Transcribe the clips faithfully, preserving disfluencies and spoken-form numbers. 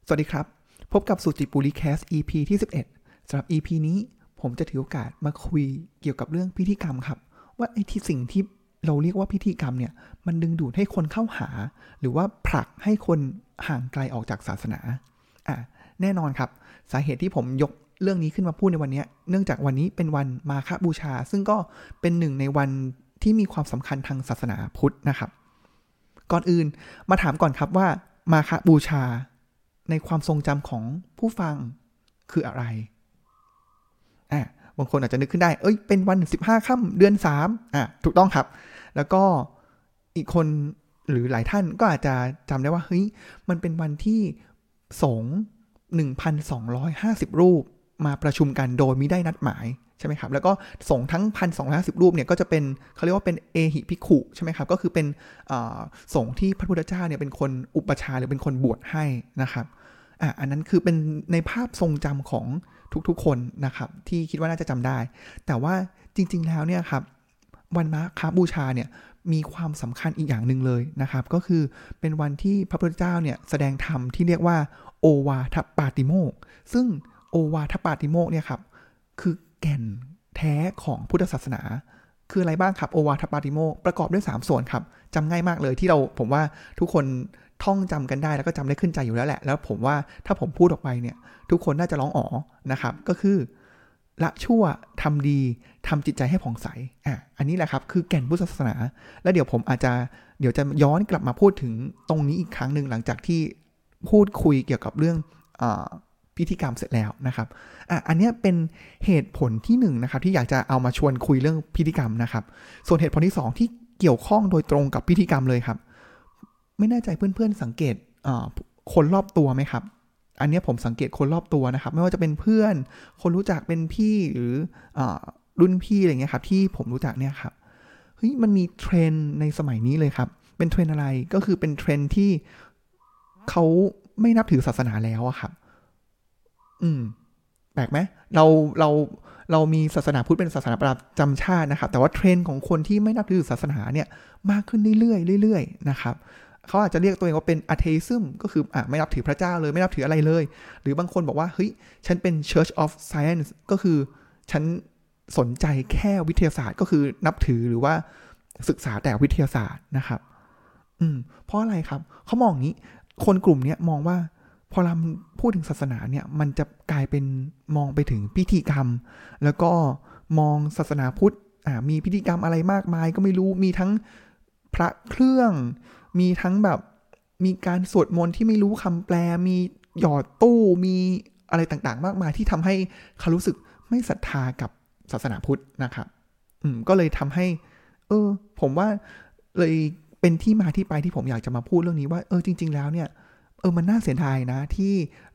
สวัสดีครับพบกับสุจิปุริแคส อี พี ที่สิบเอ็ดสำหรับ อี พี นี้ผมจะถือโอกาสมาคุยเกี่ยวกับเรื่องพิธีกรรมครับว่าไอ้ที่สิ่งที่เราเรียกว่าพิธีกรรมเนี่ยมันดึงดูดให้คนเข้าหาหรือว่าผลักให้คนห่างไกลออกจากศาสนาอ่ะแน่นอนครับสาเหตุที่ผมยกเรื่องนี้ขึ้นมาพูดในวันนี้เนื่องจากวันนี้เป็นวันมาฆบูชาซึ่งก็เป็นหนึ่งในวันที่มีความสำคัญทางศาสนาพุทธนะครับก่อนอื่นมาถามก่อนครับว่ามาฆบูชาในความทรงจำของผู้ฟังคืออะไรอ่ะบางคนอาจจะนึกขึ้นได้เอ้ยเป็นวันสิบห้าค่ำเดือนสามอ่ะถูกต้องครับแล้วก็อีกคนหรือหลายท่านก็อาจจะจำได้ว่าเฮ้ยมันเป็นวันที่สงฆ์ หนึ่งพันสองร้อยห้าสิบ รูปมาประชุมกันโดยมิได้นัดหมายใช่ไหมครับแล้วก็สงฆ์ทั้ง หนึ่งพันสองร้อยห้าสิบ รูปเนี่ยก็จะเป็นเขาเรียกว่าเป็นเอหิภิกขุใช่ไหมครับก็คือเป็นสงฆ์ที่พระพุทธเจ้าเนี่ยเป็นคนอุปชาหรือเป็นคนบวชให้นะครับอ่ะอันนั้นคือเป็นในภาพทรงจำของทุกๆคนนะครับที่คิดว่าน่าจะจำได้แต่ว่าจริงๆแล้วเนี่ยครับวันมาฆบูชาเนี่ยมีความสำคัญอีกอย่างหนึ่งเลยนะครับก็คือเป็นวันที่พระพุทธเจ้าเนี่ยแสดงธรรมที่เรียกว่าโอวาทปาติโมกข์ซึ่งโอวาทปาติโมกข์เนี่ยครับคือแก่นแท้ของพุทธศาสนาคืออะไรบ้างครับโอวาทปาติโมกข์ประกอบด้วยสามส่วนครับจำง่ายมากเลยที่เราผมว่าทุกคนท่องจำกันได้แล้วก็จำได้ขึ้นใจอยู่แล้วแหละแล้วผมว่าถ้าผมพูดออกไปเนี่ยทุกคนน่าจะร้องอ๋อนะครับก็คือละชั่วทำดีทำจิตใจให้ผ่องใสอ่ะอันนี้แหละครับคือแก่นพุทธศาสนาแล้วเดี๋ยวผมอาจจะเดี๋ยวจะย้อนกลับมาพูดถึงตรงนี้อีกครั้งหนึ่งหลังจากที่พูดคุยเกี่ยวกับเรื่องอ่าพิธีกรรมเสร็จแล้วนะครับอ่ะอันนี้เป็นเหตุผลที่หนึ่งนะครับที่อยากจะเอามาชวนคุยเรื่องพิธีกรรมนะครับส่วนเหตุผลที่สองที่เกี่ยวข้องโดยตรงกับพิธีกรรมเลยครับไม่แน่ใจเพื่อนๆสังเกตคนรอบตัวไหมครับอันนี้ผมสังเกตคนรอบตัวนะครับไม่ว่าจะเป็นเพื่อนคนรู้จักเป็นพี่หรือรุ่นพี่อะไรเงี้ยครับที่ผมรู้จักเนี่ยครับเฮ้ยมันมีเทรนด์ในสมัยนี้เลยครับเป็นเทรนด์อะไรก็คือเป็นเทรนด์ที่เขาไม่นับถือศาสนาแล้วอะครับอืมแปลกไหมเราเราเรามีศาสนาพุทธเป็นศาสนาประจำชาตินะครับแต่ว่าเทรนด์ของคนที่ไม่นับถือศาสนาเนี่ยมากขึ้นเรื่อยๆเรื่อยๆนะครับเขาอาจจะเรียกตัวเองว่าเป็น atheism ก็คืออ่ะไม่นับถือพระเจ้าเลยไม่นับถืออะไรเลยหรือบางคนบอกว่าเฮ้ยฉันเป็น Church of Science ก็คือฉันสนใจแค่วิทยาศาสตร์ก็คือนับถือหรือว่าศึกษาแต่วิทยาศาสตร์นะครับอืมเพราะอะไรครับเขามองอย่างนี้คนกลุ่มนี้มองว่าพอเราพูดถึงศาสนาเนี่ยมันจะกลายเป็นมองไปถึงพิธีกรรมแล้วก็มองศาสนาพุทธอ่ามีพิธีกรรมอะไรมากมายก็ไม่รู้มีทั้งพระเครื่องมีทั้งแบบมีการสวดมนต์ที่ไม่รู้คำแปลมีหยอดตู้มีอะไรต่างๆมากมายที่ทำให้เขารู้สึกไม่ศรัทธากับศาสนาพุทธนะครับอืมก็เลยทำให้เออผมว่าเลยเป็นที่มาที่ไปที่ผมอยากจะมาพูดเรื่องนี้ว่าเออจริงๆแล้วเนี่ยเออมันน่าเสียดายนะที่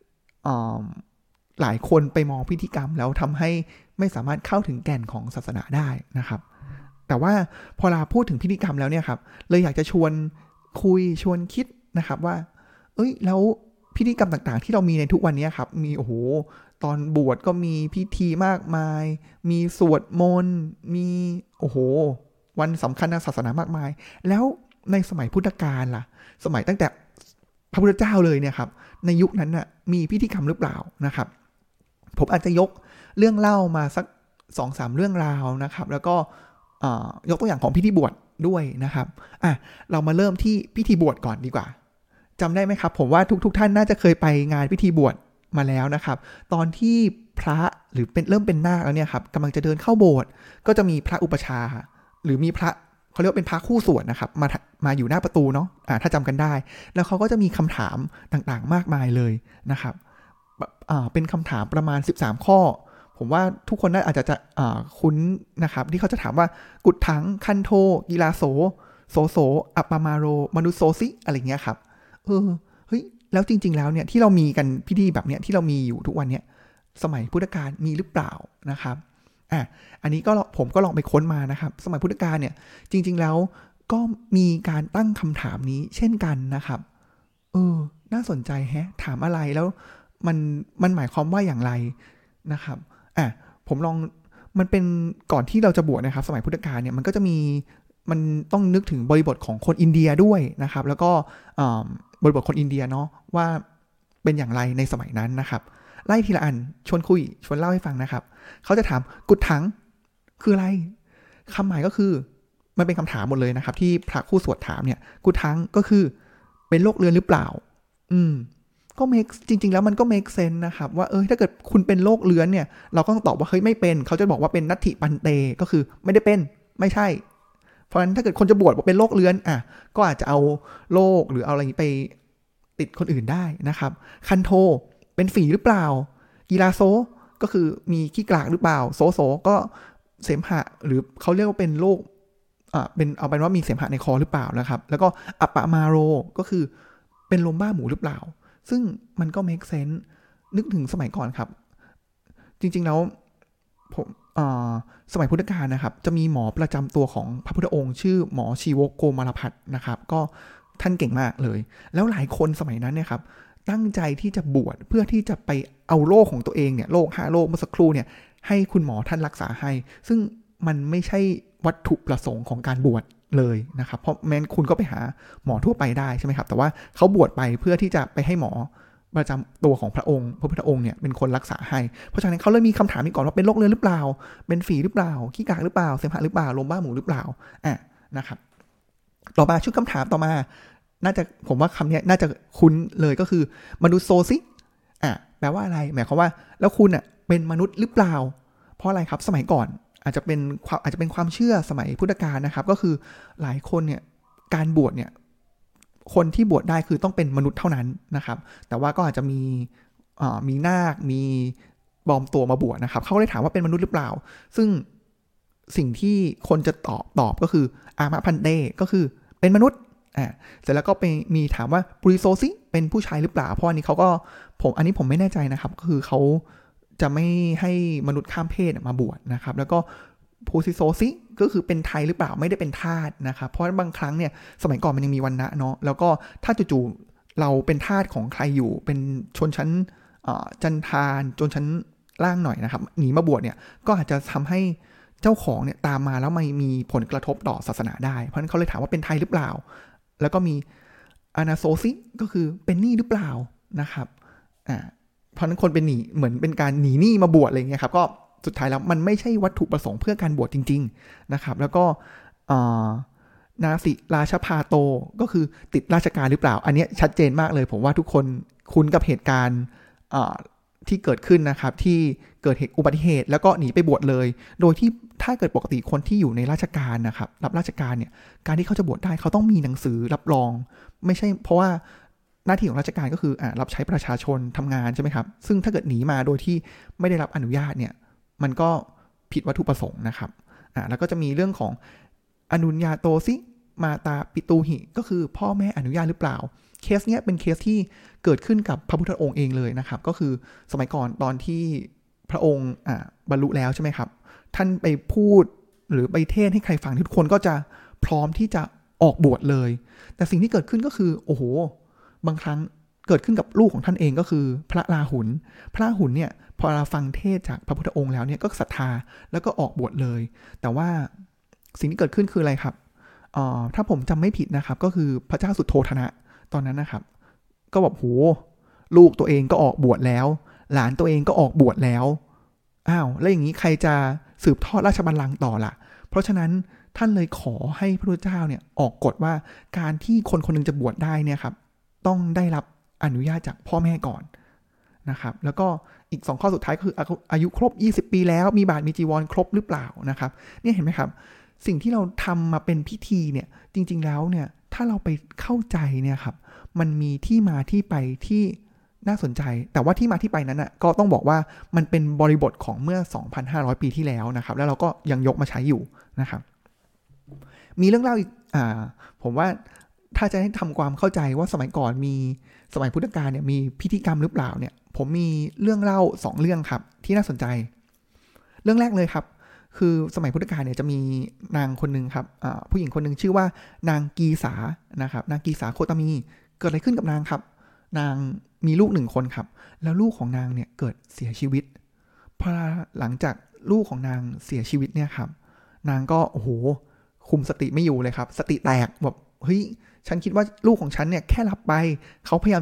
หลายคนไปมองพิธีกรรมแล้วทำให้ไม่สามารถเข้าถึงแก่นของศาสนาได้นะครับแต่ว่าพอเราพูดถึงพิธีกรรมแล้วเนี่ยครับเลยอยากจะชวนคุยชวนคิดนะครับว่าเอ้ยแล้วพิธีกรรมต่างๆที่เรามีในทุกวันนี้ครับมีโอ้โหตอนบวชก็มีพิธีมากมายมีสวดมนต์มีโอ้โหวันสำคัญทางศาสนามากมายแล้วในสมัยพุทธกาลล่ะสมัยตั้งแต่พระพุทธเจ้าเลยเนี่ยครับในยุคนั้นน่ะมีพิธีกรรมหรือเปล่านะครับผมอาจจะยกเรื่องเล่ามาสัก สองถึงสาม เรื่องราวนะครับแล้วก็ยกตัวอย่างของพิธีบวชด้วยนะครับอ่ะเรามาเริ่มที่พิธีบวชก่อนดีกว่าจำได้ไหมครับผมว่าทุกๆ ท่านน่าจะเคยไปงานพิธีบวชมาแล้วนะครับตอนที่พระหรือเป็นเริ่มเป็นนาคแล้วเนี่ยครับกำลังจะเดินเข้าโบสถ์ก็จะมีพระอุปชาหรือมีพระเขาเรียกว่าเป็นพระคู่สวดนะครับมามาอยู่หน้าประตูเนาะอ่าถ้าจำกันได้แล้วเขาก็จะมีคำถามต่างๆมากมายเลยนะครับอ่าเป็นคำถามประมาณสิบสามข้อผมว่าทุกคนน่าอาจจะจะอ่าคุ้นนะครับที่เขาจะถามว่ากุฏถังคันโทกีฬาโสโสโสอัปปมาโรมนุโสสิอะไรเงี้ยครับเออเฮ้ยแล้วจริงๆแล้วเนี่ยที่เรามีกันพิธีแบบเนี้ยที่เรามีอยู่ทุกวันเนี้ยสมัยพุทธกาลมีหรือเปล่านะครับอ่ะอันนี้ก็ผมก็ลองไปค้นมานะครับสมัยพุทธกาลเนี่ยจริงๆแล้วก็มีการตั้งคำถามนี้เช่นกันนะครับเออน่าสนใจแฮะถามอะไรแล้วมันมันหมายความว่าอย่างไรนะครับอ่ะผมลองมันเป็นก่อนที่เราจะบวชนะครับสมัยพุทธกาลเนี่ยมันก็จะมีมันต้องนึกถึงบริบทของคนอินเดียด้วยนะครับแล้วก็บริบทคนอินเดียเนาะว่าเป็นอย่างไรในสมัยนั้นนะครับไล่ทีละอันชวนคุยชวนเล่าให้ฟังนะครับเขาจะถามกุดถังคืออะไรคำหมายก็คือมันเป็นคำถามหมดเลยนะครับที่พระคู่สวดถามเนี่ยกุดถังก็คือเป็นโรคเรื้อนหรือเปล่าอืมก็ make จริงๆแล้วมันก็ make sense นะครับว่าเออถ้าเกิดคุณเป็นโรคเรื้อนเนี่ยเราก็ต้องตอบว่าเฮ้ยไม่เป็นเขาจะบอกว่าเป็นนัตถิปันเตก็คือไม่ได้เป็นไม่ใช่เพราะฉะนั้นถ้าเกิดคนจะบวชว่าเป็นโรคเรื้อนอ่ะก็อาจจะเอาโรคหรือเอาอะไรนี้ไปติดคนอื่นได้นะครับคันโทเป็นฝีหรือเปล่ากีฬาโซก็คือมีขี้กลากหรือเปล่าโซโซก็เสมหะหรือเขาเรียกว่าเป็นโรคอ่าเป็นเอาเป็นว่ามีเสมหะในคอหรือเปล่านะครับแล้วก็อัปปะมาโรก็คือเป็นลมบ้าหมูหรือเปล่าซึ่งมันก็ make sense นึกถึงสมัยก่อนครับจริงๆแล้วผมสมัยพุทธกาลนะครับจะมีหมอประจำตัวของพระพุทธองค์ชื่อหมอชีวกโกมารพัฒน์นะครับก็ท่านเก่งมากเลยแล้วหลายคนสมัยนั้นเนี่ยครับตั้งใจที่จะบวชเพื่อที่จะไปเอาโรคของตัวเองเนี่ยโรคห้าโรคเมื่อสักครู่เนี่ยให้คุณหมอท่านรักษาให้ซึ่งมันไม่ใช่วัตถุประสงค์ของการบวชเลยนะครับเพราะแม้นคุณก็ไปหาหมอทั่วไปได้ใช่ไหมครับแต่ว่าเขาบวชไปเพื่อที่จะไปให้หมอประจำตัวของพระองค์พระพุทธองค์เนี่ยเป็นคนรักษาให้เพราะฉะนั้นเขาเลยมีคำถามนี้ก่อนว่าเป็นโรคเรื้อนหรือเปล่าเป็นฝีหรือเปล่าขี้กากหรือเปล่าเสมหะหรือเปล่าลมบ้าหมูหรือเปล่าอ่ะนะครับต่อมาชุดคำถามต่อมาน่าจะผมว่าคำนี้น่าจะคุ้นเลยก็คือมนุษย์โซซิอ่ะแปลว่าอะไรหมายความว่าแล้วคุณอ่ะเป็นมนุษย์หรือเปล่าเพราะอะไรครับสมัยก่อนอาจจะเป็นอาจจะเป็นความเชื่อสมัยพุทธกาลนะครับก็คือหลายคนเนี่ยการบวชเนี่ยคนที่บวชได้คือต้องเป็นมนุษย์เท่านั้นนะครับแต่ว่าก็อาจจะมีมีนาคมีปลอมตัวมาบวชนะครับเขาเลยถามว่าเป็นมนุษย์หรือเปล่าซึ่งสิ่งที่คนจะตอบตอบก็คืออามะพันเตก็คือเป็นมนุษย์อ่าเสร็จแล้วก็ไปมีถามว่าปุริโซซิเป็นผู้ชายหรือเปล่าเพราะอันนี้เขาก็ผมอันนี้ผมไม่แน่ใจนะครับก็คือเขาจะไม่ให้มนุษย์ข้ามเพศมาบวชนะครับแล้วก็พูซิโซซิก็คือเป็นไทยหรือเปล่าไม่ได้เป็นทาสนะครับเพราะบางครั้งเนี่ยสมัยก่อนมันยังมีวรรณะเนาะแล้วก็ถ้าจู่ๆเราเป็นทาสของใครอยู่เป็นชนชั้นจันทานชนชั้นล่างหน่อยนะครับหนีมาบวชเนี่ยก็อาจจะทำให้เจ้าของเนี่ยตามมาแล้วไม่มีผลกระทบต่อศาสนาได้เพราะฉะนั้นเขาเลยถามว่าเป็นไทยหรือเปล่าแล้วก็มีอนาโซซิก็คือเป็นหนี้หรือเปล่านะครับอ่าเพราะนั้นคนเป็นหนีเหมือนเป็นการหนีหนี้มาบวชอะไรเงี้ยครับก็สุดท้ายแล้วมันไม่ใช่วัตถุประสงค์เพื่อการบวชจริงๆนะครับแล้วก็นาสิราชพาโตก็คือติดราชการหรือเปล่าอันนี้ชัดเจนมากเลยผมว่าทุกคนคุ้นกับเหตุการณ์ที่เกิดขึ้นนะครับที่เกิดเหตุอุบัติเหตุแล้วก็หนีไปบวชเลยโดยที่ถ้าเกิดปกติคนที่อยู่ในราชการนะครับรับราชการเนี่ยการที่เขาจะบวชได้เขาต้องมีหนังสือรับรองไม่ใช่เพราะว่าหน้าที่ของราชการก็คืออ่ารับใช้ประชาชนทำงานใช่ไหมครับซึ่งถ้าเกิดหนีมาโดยที่ไม่ได้รับอนุญาตเนี่ยมันก็ผิดวัตถุประสงค์นะครับอ่าแล้วก็จะมีเรื่องของอนุญญาโตซิมาตาปิตูหิก็คือพ่อแม่อนุญาตหรือเปล่าเคสเนี้ยเป็นเคสที่เกิดขึ้นกับพระพุทธองค์เองเลยนะครับก็คือสมัยก่อนตอนที่พระองค์อ่าบรรลุแล้วใช่ไหมครับท่านไปพูดหรือไปเทศให้ใครฟังทุกคนก็จะพร้อมที่จะออกบวชเลยแต่สิ่งที่เกิดขึ้นก็คือโอ้โหบางครั้งเกิดขึ้นกับลูกของท่านเองก็คือพระราหุลพระราหุลเนี่ยพอเราฟังเทศจากพระพุทธองค์แล้วเนี่ยก็ศรัทธาแล้วก็ออกบวชเลยแต่ว่าสิ่งที่เกิดขึ้นคืออะไรครับอ่าถ้าผมจำไม่ผิดนะครับก็คือพระเจ้าสุโธทนะตอนนั้นนะครับก็บอกโหลูกตัวเองก็ออกบวชแล้วหลานตัวเองก็ออกบวชแล้วอ้าวแล้วอย่างนี้ใครจะสืบทอดราชบัลลังก์ต่อล่ะเพราะฉะนั้นท่านเลยขอให้พระพุทธเจ้าเนี่ยออกกฎว่าการที่คนคนนึงจะบวชได้เนี่ยครับต้องได้รับอนุญาตจากพ่อแม่ก่อนนะครับแล้วก็อีกสองข้อสุดท้ายก็คืออายุครบยี่สิบปีแล้วมีบาตรมีจีวรครบหรือเปล่านะครับเนี่ยเห็นไหมครับสิ่งที่เราทำมาเป็นพิธีเนี่ยจริงๆแล้วเนี่ยถ้าเราไปเข้าใจเนี่ยครับมันมีที่มาที่ไปที่น่าสนใจแต่ว่าที่มาที่ไปนั้นน่ะก็ต้องบอกว่ามันเป็นบริบทของเมื่อ สองพันห้าร้อย ปีที่แล้วนะครับแล้วเราก็ยังยกมาใช้อยู่นะครับมีเรื่องเล่าอีกอ่าผมว่าถ้าจะให้ทำความเข้าใจว่าสมัยก่อนมีสมัยพุทธกาลเนี่ยมีพิธีกรรมหรือเปล่าเนี่ยผมมีเรื่องเล่าสองเรื่องครับที่น่าสนใจเรื่องแรกเลยครับคือสมัยพุทธกาลเนี่ยจะมีนางคนนึงครับผู้หญิงคนนึงชื่อว่านางกีสานะครับนางกีสาโคตมีเกิดอะไรขึ้นกับนางครับนางมีลูกหนึ่งคนครับแล้วลูกของนางเนี่ยเกิดเสียชีวิตพอหลังจากลูกของนางเสียชีวิตเนี่ยครับนางก็โอ้โหคุมสติไม่อยู่เลยครับสติแตกแบบเฮ้ยฉันคิดว่าลูกของฉันเนี่ยแค่หลับไปเขาพยายามจะ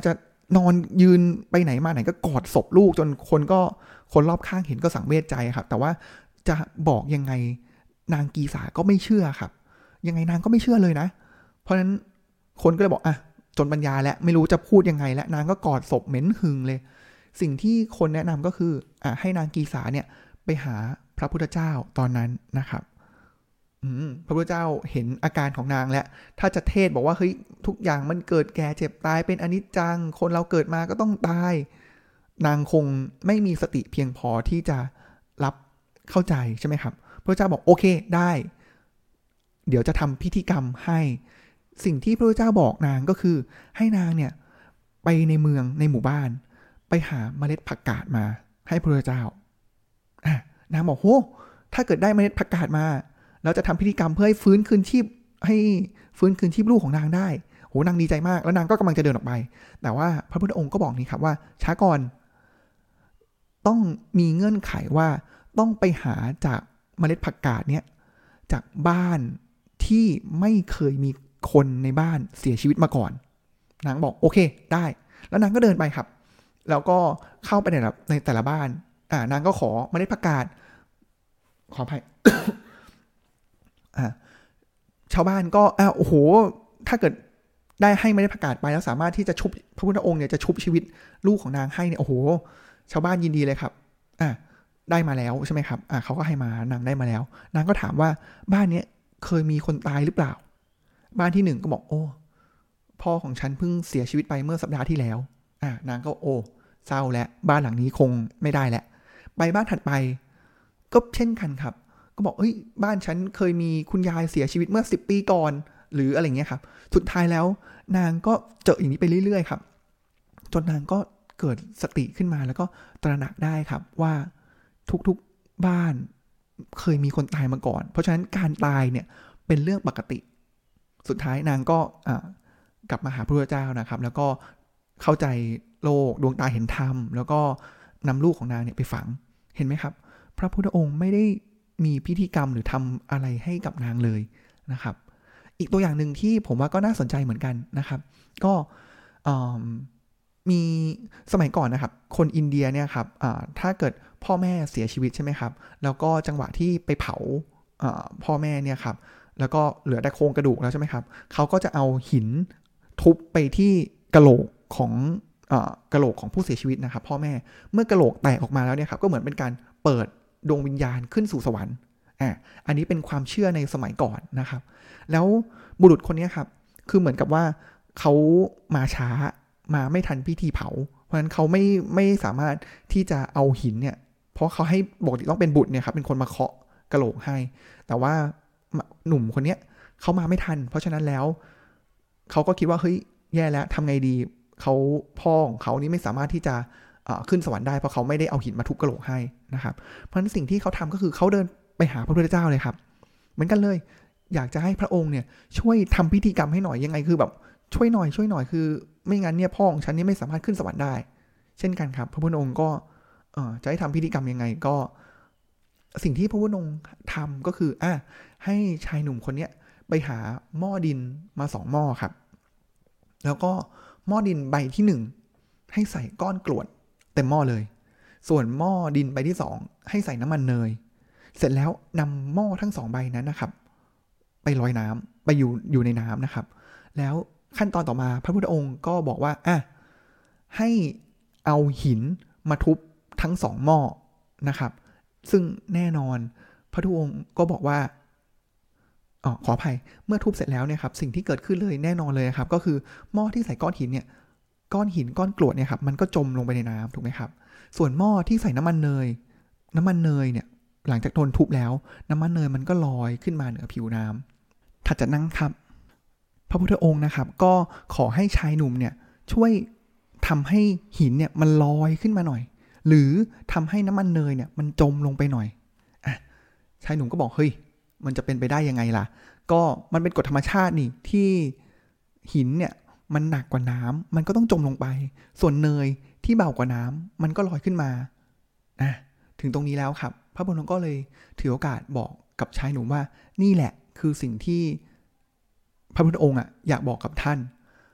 นอนยืนไปไหนมาไหนก็กอดศพลูกจนคนก็คนรอบข้างเห็นก็สังเวชใจครับแต่ว่าจะบอกยังไงนางกีสาก็ไม่เชื่อครับยังไงนางก็ไม่เชื่อเลยนะเพราะฉะนั้นคนก็เลยบอกอ่ะจนปัญญาแล้วไม่รู้จะพูดยังไงแล้วนางก็กอดศพเหม็นหึงเลยสิ่งที่คนแนะนำก็คืออ่ะให้นางกีสาเนี่ยไปหาพระพุทธเจ้าตอนนั้นนะครับพระพุทธเจ้าเห็นอาการของนางแล้วถ้าจะเทศบอกว่าเฮ้ยทุกอย่างมันเกิดแก่เจ็บตายเป็นอนิจจังคนเราเกิดมาก็ต้องตายนางคงไม่มีสติเพียงพอที่จะรับเข้าใจใช่ไหมครับพระเจ้าบอกโอเคได้เดี๋ยวจะทำพิธีกรรมให้สิ่งที่พระพุทธเจ้าบอกนางก็คือให้นางเนี่ยไปในเมืองในหมู่บ้านไปหาเมล็ดผักกาดมาให้พระพุทธเจ้าอ่ะนางบอกโหถ้าเกิดได้เมล็ดผักกาดมาเราจะทำพิธีกรรมเพื่อให้ฟื้นคืนชีพให้ฟื้นคืนชีพลูกของนางได้โหนางดีใจมากแล้วนางก็กำลังจะเดินออกไปแต่ว่าพระพุทธองค์ก็บอกนี่ครับว่าช้าก่อนต้องมีเงื่อนไขว่าต้องไปหาจากเมล็ดผักกาดเนี่ยจากบ้านที่ไม่เคยมีคนในบ้านเสียชีวิตมาก่อนนางบอกโอเคได้แล้วนางก็เดินไปครับแล้วก็เข้าไปในแต่ละในแต่ละบ้านอ่านางก็ขอเมล็ดผักกาดขออภัย อ่าชาวบ้านก็อ้าวโอ้โหถ้าเกิดได้ให้เมล็ดผักกาดไปแล้วสามารถที่จะชุบพระพุทธองค์เนี่ยจะชุบชีวิตลูกของนางให้เนี่ยโอ้โหชาวบ้านยินดีเลยครับอ่าได้มาแล้วใช่ไหมครับอ่าเขาก็ให้มานางได้มาแล้วนางก็ถามว่าบ้านเนี้ยเคยมีคนตายหรือเปล่าบ้านที่หนึ่งก็บอกโอ้พ่อของฉันเพิ่งเสียชีวิตไปเมื่อสัปดาห์ที่แล้วอ่านางก็โอ้เศร้าแล้วบ้านหลังนี้คงไม่ได้แล้วไปบ้านถัดไปก็เช่นกันครับก็บอกเอ้ยบ้านฉันเคยมีคุณยายเสียชีวิตเมื่อสิบปีก่อนหรืออะไรเงี้ยครับสุดท้ายแล้วนางก็เจออย่างนี้ไปเรื่อยๆครับจนนางก็เกิดสติขึ้นมาแล้วก็ตระหนักได้ครับว่าทุกๆบ้านเคยมีคนตายมาก่อนเพราะฉะนั้นการตายเนี่ยเป็นเรื่องปกติสุดท้ายนางก็กลับมาหาพระพุทธเจ้านะครับแล้วก็เข้าใจโลกดวงตาเห็นธรรมแล้วก็นำลูกของนางเนี่ยไปฝังเห็นไหมครับพระพุทธองค์ไม่ได้มีพิธีกรรมหรือทำอะไรให้กับนางเลยนะครับอีกตัวอย่างหนึ่งที่ผมว่าก็น่าสนใจเหมือนกันนะครับก็มีสมัยก่อนนะครับคนอินเดียเนี่ยครับถ้าเกิดพ่อแม่เสียชีวิตใช่ไหมครับแล้วก็จังหวะที่ไปเผาพ่อแม่เนี่ยครับแล้วก็เหลือแต่โครงกระดูกแล้วใช่ไหมครับเขาก็จะเอาหินทุบไปที่กะโหลกของกะโหลกของผู้เสียชีวิตนะครับพ่อแม่เมื่อกะโหลกแตกออกมาแล้วเนี่ยครับก็เหมือนเป็นการเปิดดวงวิญญาณขึ้นสู่สวรรค์อ่ะอันนี้เป็นความเชื่อในสมัยก่อนนะครับแล้วบุรุษคนนี้ครับคือเหมือนกับว่าเขามาช้ามาไม่ทันพิธีเผาเพราะฉะนั้นเขาไม่ไม่สามารถที่จะเอาหินเนี่ยเพราะเขาให้บอกต้องเป็นบุตรเนี่ยครับเป็นคนมาเคาะกะโหลกให้แต่ว่าหนุ่มคนนี้เขามาไม่ทันเพราะฉะนั้นแล้วเขาก็คิดว่าเฮ้ยแย่แล้วทำไงดีเขาพ่อของเขานี่ไม่สามารถที่จะขึ้นสวรรค์ได้เพราะเขาไม่ได้เอาหินมาทุบกะโหลกให้นะครับเพราะฉะนั้นสิ่งที่เขาทำก็คือเขาเดินไปหาพระพุทธเจ้าเลยครับเหมือนกันเลยอยากจะให้พระองค์เนี่ยช่วยทำพิธีกรรมให้หน่อยยังไงคือแบบช่วยหน่อยช่วยหน่อยคือไม่งั้นเนี่ยพ่อของฉันนี่ไม่สามารถขึ้นสวรรค์ได้เช่นกันครับพระพุทธองค์ก็จะให้ทำพิธีกรรมยังไงก็สิ่งที่พระพุทธองค์ทำก็คืออ่ะให้ชายหนุ่มคนนี้ไปหาหม้อดินมาสองหม้อครับแล้วก็หม้อดินใบที่หนึ่งให้ใส่ก้อนกรวดเต็มหม้อเลยส่วนหม้อดินใบที่สองให้ใส่น้ำมันเนยเสร็จแล้วนำหม้อทั้งสองใบนั้นนะครับไปลอยน้ำไปอยู่อยู่ในน้ำนะครับแล้วขั้นตอนต่อมาพระพุทธองค์ก็บอกว่าอ่ะให้เอาหินมาทุบทั้งสองหม้อนะครับซึ่งแน่นอนพระพุทธองค์ก็บอกว่าอ๋อขออภัยเมื่อทุบเสร็จแล้วเนี่ยครับสิ่งที่เกิดขึ้นเลยแน่นอนเลยครับก็คือหม้อที่ใส่ก้อนหินเนี่ยก้อนหินก้อนกรวดเนี่ยครับมันก็จมลงไปในน้ำถูกไหมครับส่วนหม้อที่ใส่น้ำมันเนยน้ำมันเนยเนี่ยหลังจากโดนทุบแล้วน้ำมันเนยมันก็ลอยขึ้นมาเหนือผิวน้ำถัดจากนั้นครับพระพุทธองค์นะครับก็ขอให้ชายหนุ่มเนี่ยช่วยทำให้หินเนี่ยมันลอยขึ้นมาหน่อยหรือทำให้น้ำมันเนยเนี่ยมันจมลงไปหน่อยอ่ะชายหนุ่มก็บอกเฮ้ยมันจะเป็นไปได้ยังไงล่ะก็มันเป็นกฎธรรมชาตินี่ที่หินเนี่ยมันหนักกว่าน้ำมันก็ต้องจมลงไปส่วนเนยที่เบากว่าน้ำมันก็ลอยขึ้นมาอ่ะถึงตรงนี้แล้วครับพระพุทธองค์ก็เลยถือโอกาสบอกกับชายหนุ่มว่านี่แหละคือสิ่งที่พระพุทธองค์อ่ะอยากบอกกับท่าน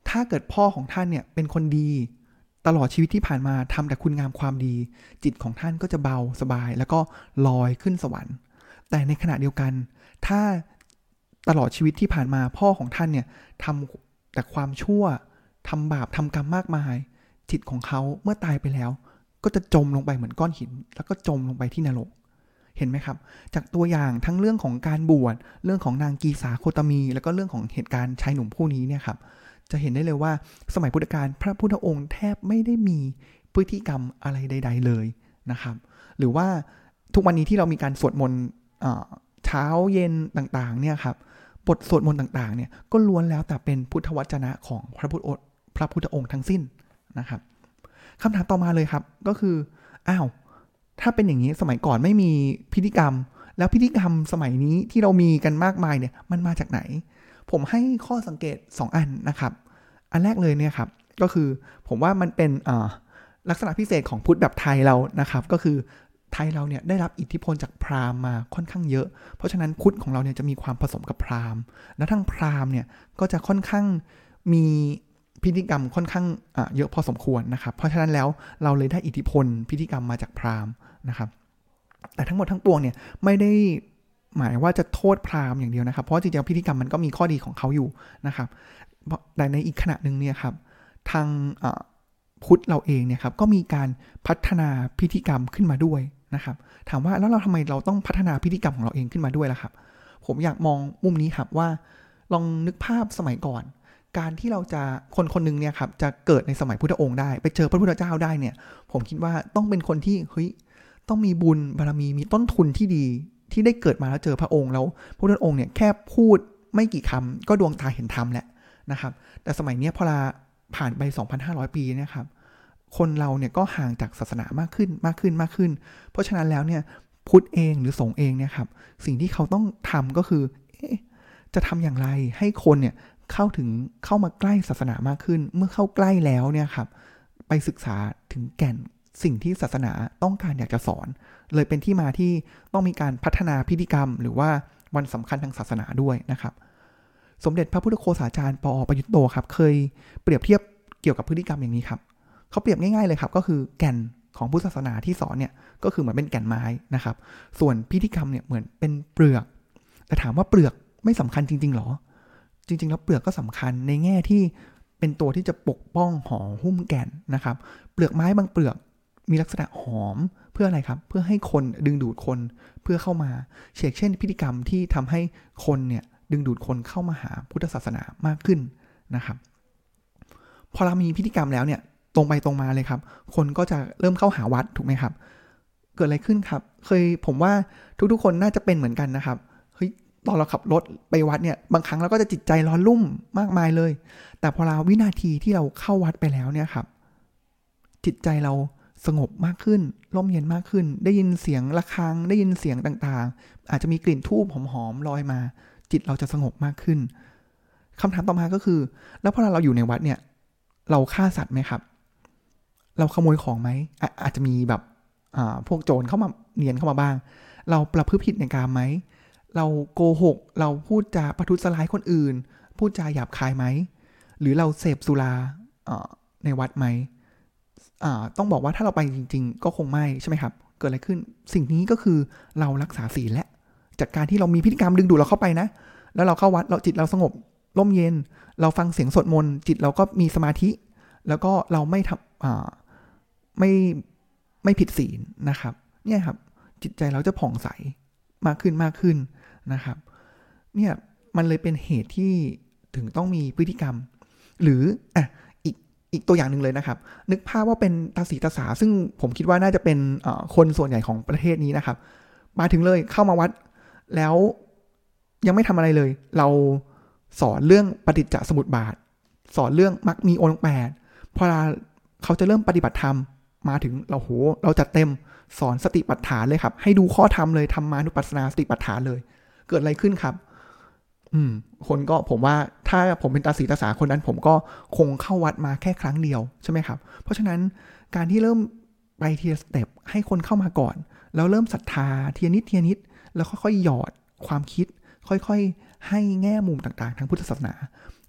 ถ้าเกิดพ่อของท่านเนี่ยเป็นคนดีตลอดชีวิตที่ผ่านมาทำแต่คุณงามความดีจิตของท่านก็จะเบาสบายแล้วก็ลอยขึ้นสวรรค์แต่ในขณะเดียวกันถ้าตลอดชีวิตที่ผ่านมาพ่อของท่านเนี่ยทำแต่ความชั่วทำบาปทำกรรมมากมายจิตของเขาเมื่อตายไปแล้วก็จะจมลงไปเหมือนก้อนหินแล้วก็จมลงไปที่นรกเห็นไหมครับจากตัวอย่างทั้งเรื่องของการบวชเรื่องของนางกีสาโคตมีแล้วก็เรื่องของเหตุการณ์ชายหนุ่มผู้นี้เนี่ยครับจะเห็นได้เลยว่าสมัยพุทธกาลพระพุทธองค์แทบไม่ได้มีพฤติกรรมอะไรใดๆเลยนะครับหรือว่าทุกวันนี้ที่เรามีการสวดมนต์เช้าเย็นต่างๆเนี่ยครับบทสวดมนต์ต่างๆเนี่ยก็ล้วนแล้วแต่เป็นพุทธวจนะของพระพุทธพระพุทธองค์ทั้งสิ้นนะครับคำถามต่อมาเลยครับก็คืออ้าวถ้าเป็นอย่างนี้สมัยก่อนไม่มีพิธีกรรมแล้วพิธีกรรมสมัยนี้ที่เรามีกันมากมายเนี่ยมันมาจากไหนผมให้ข้อสังเกตสองอันนะครับอันแรกเลยเนี่ยครับก็คือผมว่ามันเป็นลักษณะพิเศษของพุทธแบบไทยเรานะครับก็คือไทยเราเนี่ยได้รับอิทธิพลจากพราหมณ์มาค่อนข้างเยอะเพราะฉะนั้นพุทธของเราเนี่ยจะมีความผสมกับพราหมณ์และทั้งพราหมณ์เนี่ยก็จะค่อนข้างมีพิธีกรรมค่อนข้างเยอะพอสมควรนะครับเพราะฉะนั้นแล้วเราเลยได้อิทธิพลพิธีกรรมมาจากพราหมณ์นะครับแต่ทั้งหมดทั้งปวงเนี่ยไม่ได้หมายว่าจะโทษพราหมณ์อย่างเดียวนะครับเพราะจริงๆพิธีกรรมมันก็มีข้อดีของเขาอยู่นะครับแต่ในอีกขณะนึงเนี่ยครับทางพุทธเราเองเนี่ยครับก็มีการพัฒนาพิธีกรรมขึ้นมาด้วยนะครับถามว่าแล้วเราทำไมเราต้องพัฒนาพิธีกรรมของเราเองขึ้นมาด้วยล่ะครับผมอยากมองมุมนี้ครับว่าลองนึกภาพสมัยก่อนการที่เราจะคนคนนึงเนี่ยครับจะเกิดในสมัยพุทธองค์ได้ไปเจอพระพุทธเจ้าได้เนี่ยผมคิดว่าต้องเป็นคนที่เฮ้ยต้องมีบุญบารมีมีต้นทุนที่ดีที่ได้เกิดมาแล้วเจอพระองค์แล้วพระพุทธองค์เนี่ยแค่พูดไม่กี่คำก็ดวงตาเห็นธรรมแหละนะครับแต่สมัยนี้พอเราผ่านไป สองพันห้าร้อย ปีเนี่ยครับคนเราเนี่ยก็ห่างจากศาสนามากขึ้นมากขึ้นมากขึ้นเพราะฉะนั้นแล้วเนี่ยพุทธเองหรือสงฆ์เองเนี่ยครับสิ่งที่เขาต้องทำก็คือจะทำอย่างไรให้คนเนี่ยเข้าถึงเข้ามาใกล้ศาสนามากขึ้นเมื่อเข้าใกล้แล้วเนี่ยครับไปศึกษาถึงแก่นสิ่งที่ศาสนาต้องการอยากจะสอนเลยเป็นที่มาที่ต้องมีการพัฒนาพิธีกรรมหรือว่าวันสำคัญทางศาสนาด้วยนะครับสมเด็จพระพุทธโฆษาจารย์ปอประยุตโตครับเคยเปรียบเทียบเกี่ยวกับพฤติกรรมอย่างนี้ครับเขาเปรียบง่ายๆเลยครับก็คือแก่นของพุทธศาสนาที่สอนเนี่ยก็คือเหมือนเป็นแก่นไม้นะครับส่วนพิธีกรรมเนี่ยเหมือนเป็นเปลือกแต่ถามว่าเปลือกไม่สำคัญจริงๆหรอจริงๆแล้วเปลือกก็สำคัญในแง่ที่เป็นตัวที่จะปกป้องห่อหุ้มแก่นนะครับเปลือกไม้บางเปลือกมีลักษณะหอมเพื่ออะไรครับเพื่อให้คนดึงดูดคนเพื่อเข้ามาเช่นเช่นพิธีกรรมที่ทำให้คนเนี่ยดึงดูดคนเข้ามาหาพุทธศาสนามากขึ้นนะครับพอเรามีพิธีกรรมแล้วเนี่ยตรงไปตรงมาเลยครับคนก็จะเริ่มเข้าหาวัดถูกไหมครับเกิดอะไรขึ้นครับเคยผมว่าทุกๆคนน่าจะเป็นเหมือนกันนะครับเฮ้ยตอนเราขับรถไปวัดเนี่ยบางครั้งเราก็จะจิตใจร้อนรุ่มมากมายเลยแต่พอเราวินาทีที่เราเข้าวัดไปแล้วเนี่ยครับจิตใจเราสงบมากขึ้นร่มเย็นมากขึ้นได้ยินเสียงระฆังได้ยินเสียงต่างๆอาจจะมีกลิ่นธูปหอมๆลอยมาจิตเราจะสงบมากขึ้นคำถามต่อมาก็คือแล้วพอเราอยู่ในวัดเนี่ยเราฆ่าสัตว์ไหมครับเราขโมยของไหม อ, อาจจะมีแบบพวกโจรเข้ามาเนียนเข้ามาบ้างเราประพฤติผิดในกามไหมเราโกหกเราพูดจาประทุษร้ายคนอื่นพูดจาหยาบคายไหมหรือเราเสพสุราในวัดไหมต้องบอกว่าถ้าเราไปจริงๆก็คงไม่ใช่ไหมครับเกิดอะไรขึ้นสิ่งนี้ก็คือเรารักษาศีลและจากการที่เรามีพิธีกรรมดึงดูดเราเข้าไปนะแล้วเราเข้าวัดเราจิตเราสงบร่มเย็นเราฟังเสียงสวดมนต์จิตเราก็มีสมาธิแล้วก็เราไม่ทำไม่ไม่ผิดศีลนะครับเนี่ยครับจิตใจเราจะผ่องใสมากขึ้นมากขึ้นนะครับเนี่ยมันเลยเป็นเหตุที่ถึงต้องมีพฤติกรรมหรืออ่ะอีกอีกตัวอย่างหนึ่งเลยนะครับนึกภาพว่าเป็นตาสีตาสาซึ่งผมคิดว่าน่าจะเป็นคนส่วนใหญ่ของประเทศนี้นะครับมาถึงเลยเข้ามาวัดแล้วยังไม่ทำอะไรเลยเราสอนเรื่องปฏิจจสมุปบาทสอนเรื่องมรรคมีองค์แปดพอเขาจะเริ่มปฏิบัติธรรมมาถึงเราโหเราจัดเต็มสอนสติปัฏฐานเลยครับให้ดูข้อธรรมเลยธรรมานุปัสสนาสติปัฏฐานเลยเกิดอะไรขึ้นครับอืมคนก็ผมว่าถ้าผมเป็นตาสีตาสาคนนั้นผมก็คงเข้าวัดมาแค่ครั้งเดียวใช่ไหมครับเพราะฉะนั้นการที่เริ่มไปทีละสเต็ปให้คนเข้ามาก่อนแล้วเริ่มศรัทธาทีนิดทีนิดแล้วค่อยๆหยอดความคิดค่อยๆให้แง่มุมต่างๆทางพุทธศาสนา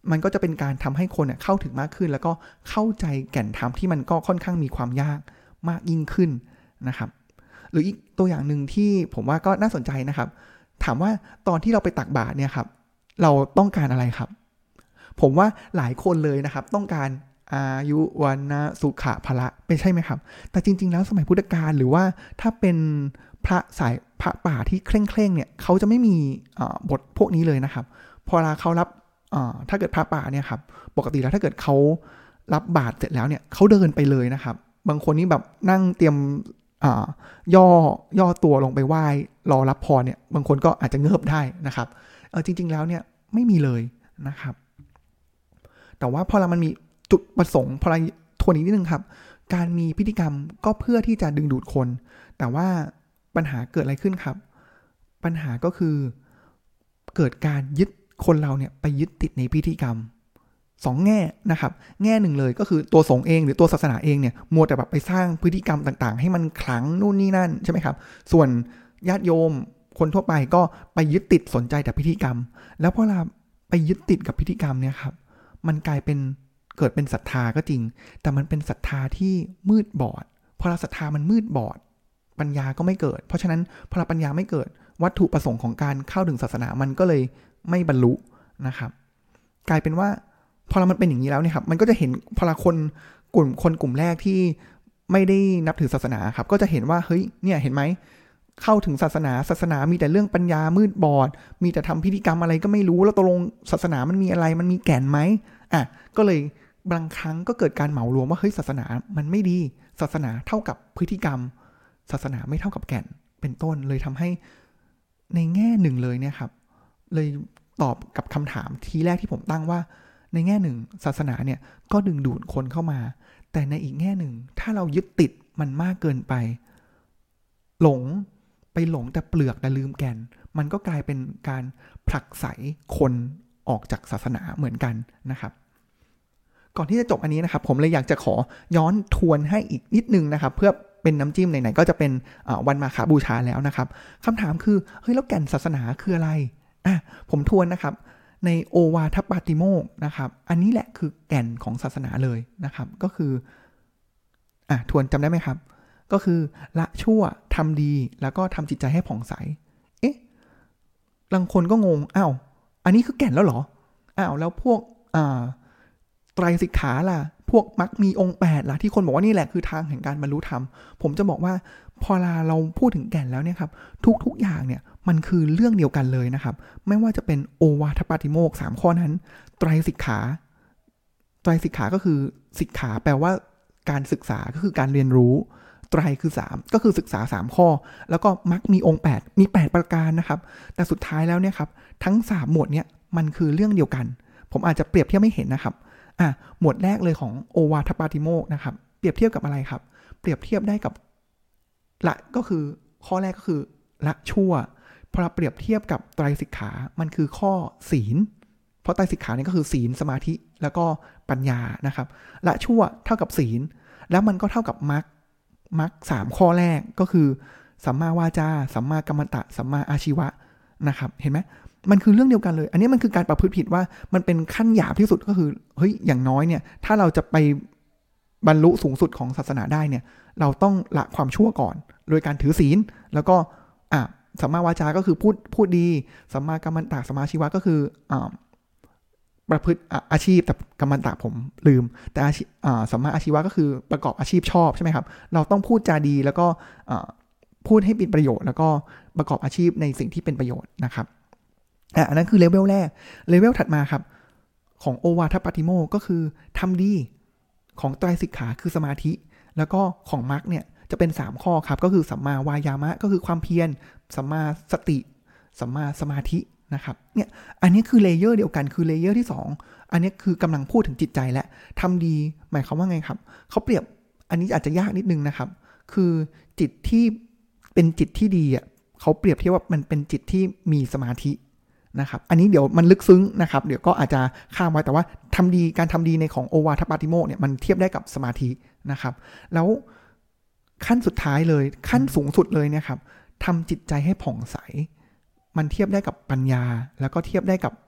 มันก็จะเป็นการทำให้คนเข้าถึงมากขึ้นแล้วก็เข้าใจแก่นธรรมที่มันก็ค่อนข้างมีความยากมากยิ่งขึ้นนะครับหรืออีกตัวอย่างหนึ่งที่ผมว่าก็น่าสนใจนะครับถามว่าตอนที่เราไปตักบาตรเนี่ยครับเราต้องการอะไรครับผมว่าหลายคนเลยนะครับต้องการอายุวันนะสุขะพละเป็นใช่ไหมครับแต่จริงๆแล้วสมัยพุทธกาลหรือว่าถ้าเป็นพระสายพระป่าที่เคร่งๆเนี่ยเขาจะไม่มีบทพวกนี้เลยนะครับพอเวลาเขารับถ้าเกิดพระป่าเนี่ยครับปกติแล้วถ้าเกิดเขารับบาตรเสร็จแล้วเนี่ยเขาเดินไปเลยนะครับบางคนนี่แบบนั่งเตรียมย่อย่อตัวลงไปไหว้รอรับพรเนี่ยบางคนก็อาจจะเงิบได้นะครับเออจริงๆแล้วเนี่ยไม่มีเลยนะครับแต่ว่าพอเรามันมีจุดประสงค์พอเราทวนอีกนิดนึงครับการมีพิธีกรรมก็เพื่อที่จะดึงดูดคนแต่ว่าปัญหาเกิดอะไรขึ้นครับปัญหาก็คือเกิดการยึดคนเราเนี่ยไปยึดติดในพิธีกรรมสองแง่นะครับแง่หนึ่งเลยก็คือตัวสงฆ์เองหรือตัวศาสนาเองเนี่ยมัวแต่แบบไปสร้างพฤติกรรมต่างๆให้มันขลังนู่นนี่นั่นใช่ไหมครับส่วนญาติโยมคนทั่วไปก็ไปยึดติดสนใจแต่พิธีกรรมแล้วพอเราไปยึดติดกับพิธีกรรมเนี่ยครับมันกลายเป็นเกิดเป็นศรัทธาก็จริงแต่มันเป็นศรัทธาที่มืดบอดพอเราศรัทธามันมืดบอดปัญญาก็ไม่เกิดเพราะฉะนั้นพอเราปัญญาไม่เกิดวัตถุประสงค์ของการเข้าถึงศาสนามันก็เลยไม่บรรลุนะครับกลายเป็นว่าพอเรามันเป็นอย่างนี้แล้วเนี่ยครับมันก็จะเห็นพอเราคนกลุ่มคนกลุ่มแรกที่ไม่ได้นับถือศาสนาครับก็จะเห็นว่าเฮ้ยเนี่ยเห็นไหมเข้าถึงศาสนาศาสนามีแต่เรื่องปัญญามืดบอดมีแต่ทำพิธีกรรมอะไรก็ไม่รู้แล้วตกลงศาสนามันมีอะไรมันมีแก่นไหมอ่ะก็เลยบางครั้งก็เกิดการเหมารวมว่าเฮ้ยศาสนามันไม่ดีศาสนาเท่ากับพฤติกรรมศาสนาไม่เท่ากับแก่นเป็นต้นเลยทำให้ในแง่หนึ่งเลยเนี่ยครับเลยตอบกับคำถามทีแรกที่ผมตั้งว่าในแง่หนึ่งศาสนาเนี่ยก็ดึงดูดคนเข้ามาแต่ในอีกแง่หนึ่งถ้าเรายึดติดมันมากเกินไปหลงไปหลงแต่เปลือกแต่ลืมแก่นมันก็กลายเป็นการผลักไสคนออกจากศาสนาเหมือนกันนะครับก่อนที่จะจบอันนี้นะครับผมเลยอยากจะขอย้อนทวนให้อีกนิดนึงนะครับเพื่อเป็นน้ำจิ้มไหนๆก็จะเป็นวันมาฆบูชาแล้วนะครับคำถามคือเฮ้ยแล้วแก่นศาสนาคืออะไรอ่ะผมทวนนะครับในโอวาทปาติโมกข์นะครับอันนี้แหละคือแก่นของศาสนาเลยนะครับก็คืออ่ะทวนจำได้ไหมครับก็คือละชั่วทำดีแล้วก็ทำจิตใจให้ผ่องใสเอ๊ะบางคนก็งงอ้าวอันนี้คือแก่นแล้วเหรออ้าวแล้วพวกอ่าไตรสิกขาล่ะพวกมรรคมีองค์แปดล่ะที่คนบอกว่านี่แหละคือทางแห่งการบรรลุธรรมผมจะบอกว่าพอเราพูดถึงแก่นแล้วเนี่ยครับทุกๆอย่างเนี่ยมันคือเรื่องเดียวกันเลยนะครับไม่ว่าจะเป็นโอวาทปาติโมกข์สามข้อนั้นไตรสิกขาไตรสิกขาก็คือสิกขาแปลว่าการศึกษาก็คือการเรียนรู้ไตรคือสามก็คือศึกษาสามข้อแล้วก็มรรคมีองค์แปดมีแปดประการนะครับแต่สุดท้ายแล้วเนี่ยครับทั้งสามหมวดเนี่ยมันคือเรื่องเดียวกันผมอาจจะเปรียบเทียบไม่เห็นนะครับอ่ะหมวดแรกเลยของโอวาทปาติโมกข์นะครับเปรียบเทียบกับอะไรครับเปรียบเทียบได้กับละก็คือข้อแรกก็คือละชั่วพอเราเปรียบเทียบกับไตรสิกขามันคือข้อศีลเพราะไตรสิกขาเนี่ยก็คือศีลสมาธิแล้วก็ปัญญานะครับละชั่วเท่ากับศีลแล้วมันก็เท่ากับมรรคมรรคสามข้อแรกก็คือสัมมาวาจาสัมมากัมมันตะสัมมาอาชีวะนะครับเห็นไหมมันคือเรื่องเดียวกันเลยอันนี้มันคือการประพฤติผิดว่ามันเป็นขั้นหยาบที่สุดก็คือเฮ้ยอย่างน้อยเนี่ยถ้าเราจะไปบรรลุสูงสุดของศาสนาได้เนี่ยเราต้องละความชั่วก่อนโดยการถือศีลแล้วก็อ่ะสัมมาวาจาก็คือพูดพูดดีสัมมากัมมันตะสัมมาอาชีวะก็คืออ่าประพฤติอาชีพแต่กัมมันตะผมลืมแต่อาชีพสัมมาอาชีวะก็คือประกอบอาชีพชอบใช่ไหมครับเราต้องพูดจาดีแล้วก็พูดให้เป็นประโยชน์แล้วก็ประกอบอาชีพในสิ่งที่เป็นประโยชน์นะครับอันนั้นคือเลเวลแรกเลเวลถัดมาครับของโอวาทปาติโมกข์ก็คือทำดีของไตรสิกขาคือสมาธิแล้วก็ของมรรคเนี่ยจะเป็นสามข้อครับก็คือสัมมาวายามะก็คือความเพียรสัมมาสติสัมมาสมาธินะครับเนี่ยอันนี้คือเลเยอร์เดียวกันคือเลเยอร์ที่สองอันนี้คือกำลังพูดถึงจิตใจและทำดีหมายความว่าไงครับเขาเปรียบอันนี้อาจจะยากนิดนึงนะครับคือจิตที่เป็นจิตที่ดีอ่ะเขาเปรียบเทียบว่ามันเป็นจิตที่มีสมาธินะครับอันนี้เดี๋ยวมันลึกซึ้งนะครับเดี๋ยวก็อาจจะข้ามไว้แต่ว่าทำดีการทำดีในของโอวาทปาติโมกข์เนี่ยมันเทียบได้กับสมาธินะครับแล้วขั้นสุดท้ายเลยขั้นสูงสุดเลยเนี่ยครับทำจิตใจให้ผ่องใสมันเทียบได้กับปัญญาแล้วก็เทียบได้กับ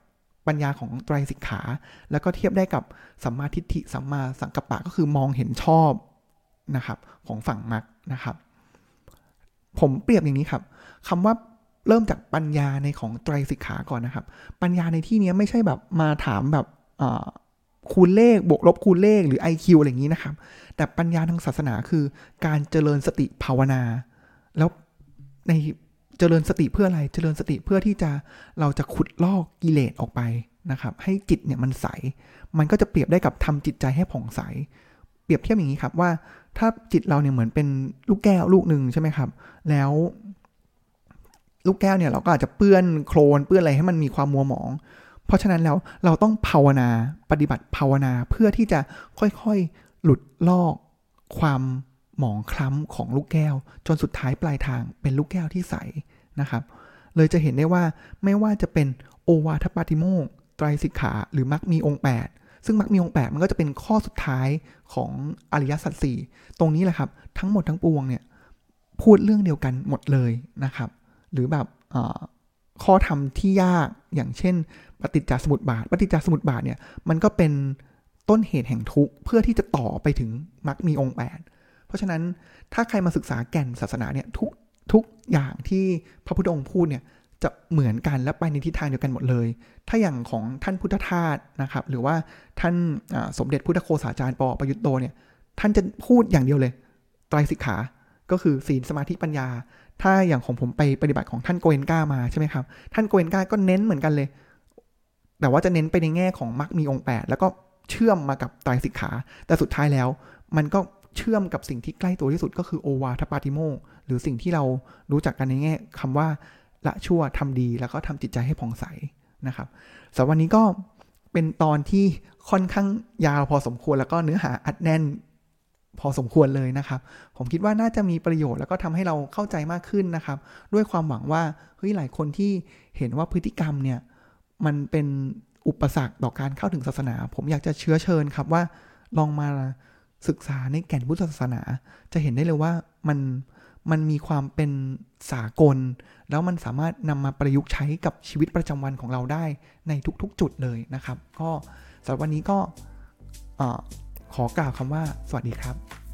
ปัญญาของไตรสิกขาแล้วก็เทียบได้กับสัมมาทิฏฐิสัมมาสังกัปปะก็คือมองเห็นชอบนะครับของฝั่งมรรคนะครับผมเปรียบอย่างนี้ครับคำว่าเริ่มจากปัญญาในของไตรสิกขาก่อนนะครับปัญญาในที่นี้ไม่ใช่แบบมาถามแบบคูณเลขบวกลบคูณเลขหรือ ไอ คิว อะไรอย่างนี้นะครับแต่ปัญญาทางศาสนาคือการเจริญสติภาวนาแล้วในเจริญสติเพื่ออะไรเจริญสติเพื่อที่จะเราจะขุดลอกกิเลสออกไปนะครับให้จิตเนี่ยมันใสมันก็จะเปรียบได้กับทำจิตใจให้ผ่องใสเปรียบเทียบอย่างนี้ครับว่าถ้าจิตเราเนี่ยเหมือนเป็นลูกแก้วลูกหนึ่งใช่ไหมครับแล้วลูกแก้วเนี่ยเราก็อาจจะเปื้อนโคลนเปื้อนอะไรให้มันมีความมัวหมองเพราะฉะนั้นแล้วเราต้องภาวนาปฏิบัติภาวนาเพื่อที่จะค่อยๆหลุดลอกความหมองคล้ำของลูกแก้วจนสุดท้ายปลายทางเป็นลูกแก้วที่ใสนะครับเลยจะเห็นได้ว่าไม่ว่าจะเป็นโอวาทปาติโมกข์ไตรสิกขาหรือมรรคมีองค์แปดซึ่งมรรคมีองค์แปดมันก็จะเป็นข้อสุดท้ายของอริยสัจสี่ตรงนี้แหละครับทั้งหมดทั้งปวงเนี่ยพูดเรื่องเดียวกันหมดเลยนะครับหรือแบบข้อธรรมที่ยากอย่างเช่นปฏิจจสมุปบาทปฏิจจสมุปบาทเนี่ยมันก็เป็นต้นเหตุแห่งทุกข์เพื่อที่จะต่อไปถึงมรรคมีองค์แปดเพราะฉะนั้นถ้าใครมาศึกษาแก่นศาสนาเนี่ยทุกทุกอย่างที่พระพุทธองค์พูดเนี่ยจะเหมือนกันและไปในทิศทางเดียวกันหมดเลยถ้าอย่างของท่านพุทธทาสนะครับหรือว่าท่านสมเด็จพุทธโฆษาจารย์ป.ประยุตโตเนี่ยท่านจะพูดอย่างเดียวเลยไตรสิกขาก็คือศีลสมาธิปัญญาถ้าอย่างของผมไปปฏิบัติของท่านโกเอนกามาใช่ไหมครับท่านโกเอนกาก็เน้นเหมือนกันเลยแต่ว่าจะเน้นไปในแง่ของมรรคมีองค์แปดแล้วก็เชื่อมมากับไตรสิกขาแต่สุดท้ายแล้วมันก็เชื่อมกับสิ่งที่ใกล้ตัวที่สุดก็คือโอวาทปาติโมกข์หรือสิ่งที่เรารู้จักกันในแง่คำว่าละชั่วทำดีแล้วก็ทำจิตใจให้ผ่องใสนะครับสำหรับวันนี้ก็เป็นตอนที่ค่อนข้างยาวพอสมควรแล้วก็เนื้อหาอัดแน่นพอสมควรเลยนะครับผมคิดว่าน่าจะมีประโยชน์แล้วก็ทำให้เราเข้าใจมากขึ้นนะครับด้วยความหวังว่าเฮ้ยหลายคนที่เห็นว่าพฤติกรรมเนี่ยมันเป็นอุปสรรคต่อการเข้าถึงศาสนาผมอยากจะเชื้อเชิญครับว่าลองมาศึกษาในแก่นพุทธศาสนาจะเห็นได้เลยว่ามันมันมีความเป็นสากลแล้วมันสามารถนำมาประยุกต์ใช้กับชีวิตประจำวันของเราได้ในทุกๆจุดเลยนะครับก็สำหรับวันนี้ก็ขอกล่าวคำว่าสวัสดีครับ